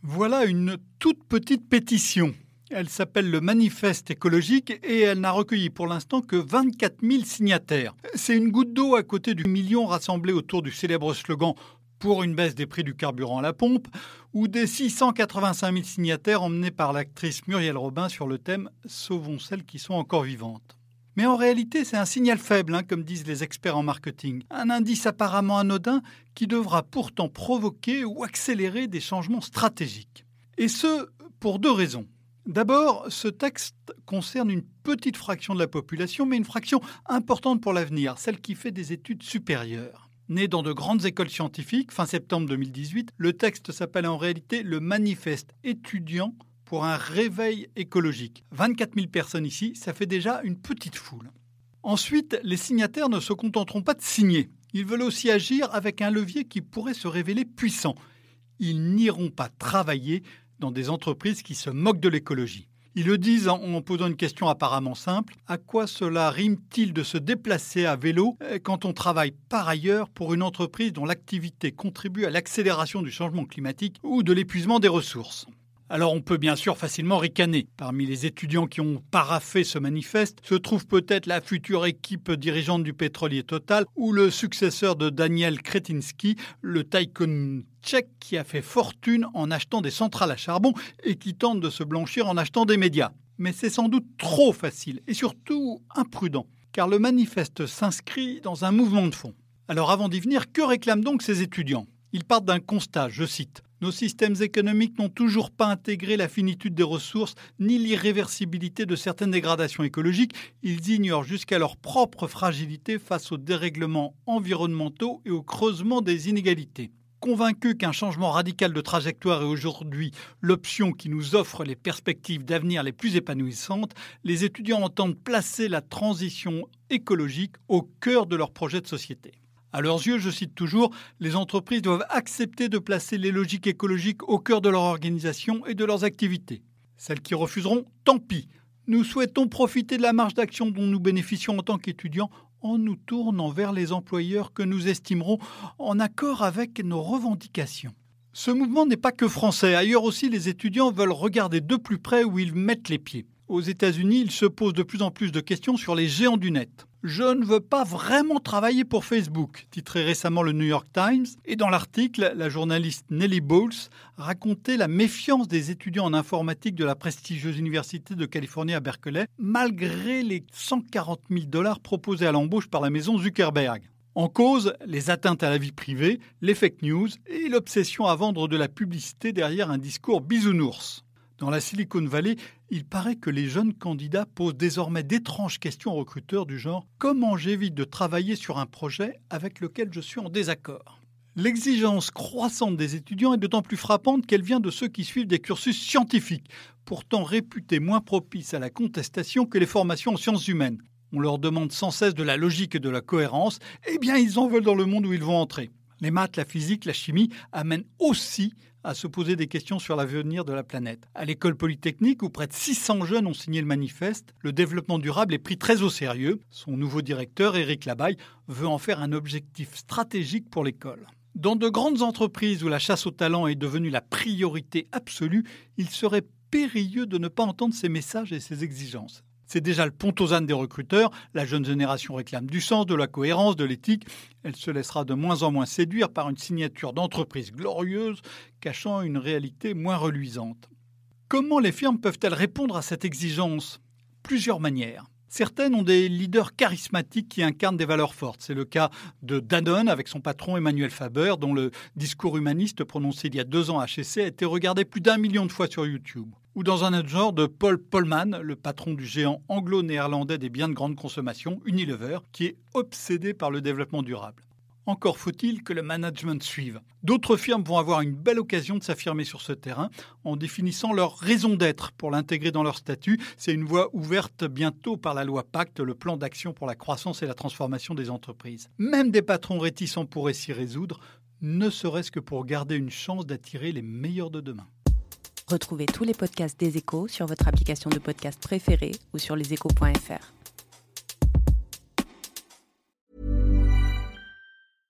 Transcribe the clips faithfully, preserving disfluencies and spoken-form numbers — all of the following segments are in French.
Voilà une toute petite pétition. Elle s'appelle le Manifeste écologique et elle n'a recueilli pour l'instant que vingt-quatre mille signataires. C'est une goutte d'eau à côté du million rassemblé autour du célèbre slogan « Pour une baisse des prix du carburant à la pompe » ou des six cent quatre-vingt-cinq mille signataires emmenés par l'actrice Muriel Robin sur le thème « Sauvons celles qui sont encore vivantes ». Mais en réalité, c'est un signal faible, hein, comme disent les experts en marketing. Un indice apparemment anodin qui devra pourtant provoquer ou accélérer des changements stratégiques. Et ce, pour deux raisons. D'abord, ce texte concerne une petite fraction de la population, mais une fraction importante pour l'avenir, celle qui fait des études supérieures. Né dans de grandes écoles scientifiques, fin septembre deux mille dix-huit, le texte s'appelle en réalité le Manifeste étudiant pour un réveil écologique. vingt-quatre mille personnes ici, ça fait déjà une petite foule. Ensuite, les signataires ne se contenteront pas de signer. Ils veulent aussi agir avec un levier qui pourrait se révéler puissant. Ils n'iront pas travailler dans des entreprises qui se moquent de l'écologie. Ils le disent en posant une question apparemment simple. À quoi cela rime-t-il de se déplacer à vélo quand on travaille par ailleurs pour une entreprise dont l'activité contribue à l'accélération du changement climatique ou de l'épuisement des ressources ? Alors on peut bien sûr facilement ricaner. Parmi les étudiants qui ont paraphé ce manifeste se trouve peut-être la future équipe dirigeante du pétrolier Total ou le successeur de Daniel Kretinsky, le tycoon tchèque qui a fait fortune en achetant des centrales à charbon et qui tente de se blanchir en achetant des médias. Mais c'est sans doute trop facile et surtout imprudent, car le manifeste s'inscrit dans un mouvement de fond. Alors avant d'y venir, que réclament donc ces étudiants ? Ils partent d'un constat, je cite. Nos systèmes économiques n'ont toujours pas intégré la finitude des ressources ni l'irréversibilité de certaines dégradations écologiques. Ils ignorent jusqu'à leur propre fragilité face aux dérèglements environnementaux et au creusement des inégalités. Convaincus qu'un changement radical de trajectoire est aujourd'hui l'option qui nous offre les perspectives d'avenir les plus épanouissantes, les étudiants entendent placer la transition écologique au cœur de leur projet de société. À leurs yeux, je cite toujours, les entreprises doivent accepter de placer les logiques écologiques au cœur de leur organisation et de leurs activités. Celles qui refuseront, tant pis. Nous souhaitons profiter de la marge d'action dont nous bénéficions en tant qu'étudiants en nous tournant vers les employeurs que nous estimerons en accord avec nos revendications. Ce mouvement n'est pas que français. Ailleurs aussi, les étudiants veulent regarder de plus près où ils mettent les pieds. Aux États-Unis, ils se posent de plus en plus de questions sur les géants du net. « Je ne veux pas vraiment travailler pour Facebook », titrait récemment le New York Times. Et dans l'article, la journaliste Nellie Bowles racontait la méfiance des étudiants en informatique de la prestigieuse université de Californie à Berkeley, malgré les cent quarante mille dollars proposés à l'embauche par la maison Zuckerberg. En cause, les atteintes à la vie privée, les fake news et l'obsession à vendre de la publicité derrière un discours bisounours. Dans la Silicon Valley, il paraît que les jeunes candidats posent désormais d'étranges questions aux recruteurs du genre « Comment j'évite de travailler sur un projet avec lequel je suis en désaccord ?» L'exigence croissante des étudiants est d'autant plus frappante qu'elle vient de ceux qui suivent des cursus scientifiques, pourtant réputés moins propices à la contestation que les formations en sciences humaines. On leur demande sans cesse de la logique et de la cohérence, eh bien ils en veulent dans le monde où ils vont entrer. Les maths, la physique, la chimie amènent aussi à se poser des questions sur l'avenir de la planète. À l'école polytechnique, où près de six cents jeunes ont signé le manifeste, le développement durable est pris très au sérieux. Son nouveau directeur, Éric Labaille, veut en faire un objectif stratégique pour l'école. Dans de grandes entreprises où la chasse au talent est devenue la priorité absolue, il serait périlleux de ne pas entendre ces messages et ces exigences. C'est déjà le pontosane des recruteurs. La jeune génération réclame du sens, de la cohérence, de l'éthique. Elle se laissera de moins en moins séduire par une signature d'entreprise glorieuse cachant une réalité moins reluisante. Comment les firmes peuvent-elles répondre à cette exigence ? Plusieurs manières. Certaines ont des leaders charismatiques qui incarnent des valeurs fortes. C'est le cas de Danone avec son patron Emmanuel Faber, dont le discours humaniste prononcé il y a deux ans à H E C a été regardé plus d'un million de fois sur YouTube. Ou dans un autre genre de Paul Polman, le patron du géant anglo-néerlandais des biens de grande consommation, Unilever, qui est obsédé par le développement durable. Encore faut-il que le management suive. D'autres firmes vont avoir une belle occasion de s'affirmer sur ce terrain en définissant leur raison d'être pour l'intégrer dans leur statut. C'est une voie ouverte bientôt par la loi Pacte, le plan d'action pour la croissance et la transformation des entreprises. Même des patrons réticents pourraient s'y résoudre, ne serait-ce que pour garder une chance d'attirer les meilleurs de demain. Retrouvez tous les podcasts des Échos sur votre application de podcast préférée ou sur leséchos point f r.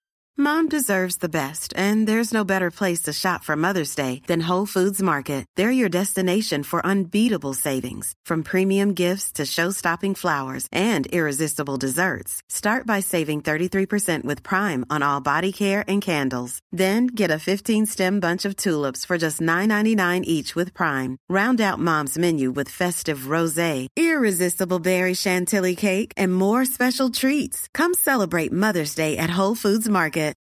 Mom deserves the best, and there's no better place to shop for Mother's Day than Whole Foods Market. They're your destination for unbeatable savings, from premium gifts to show-stopping flowers and irresistible desserts. Start by saving thirty-three percent with Prime on all body care and candles. Then get a fifteen-stem bunch of tulips for just nine ninety-nine each with Prime. Round out Mom's menu with festive rosé, irresistible berry chantilly cake, and more special treats. Come celebrate Mother's Day at Whole Foods Market.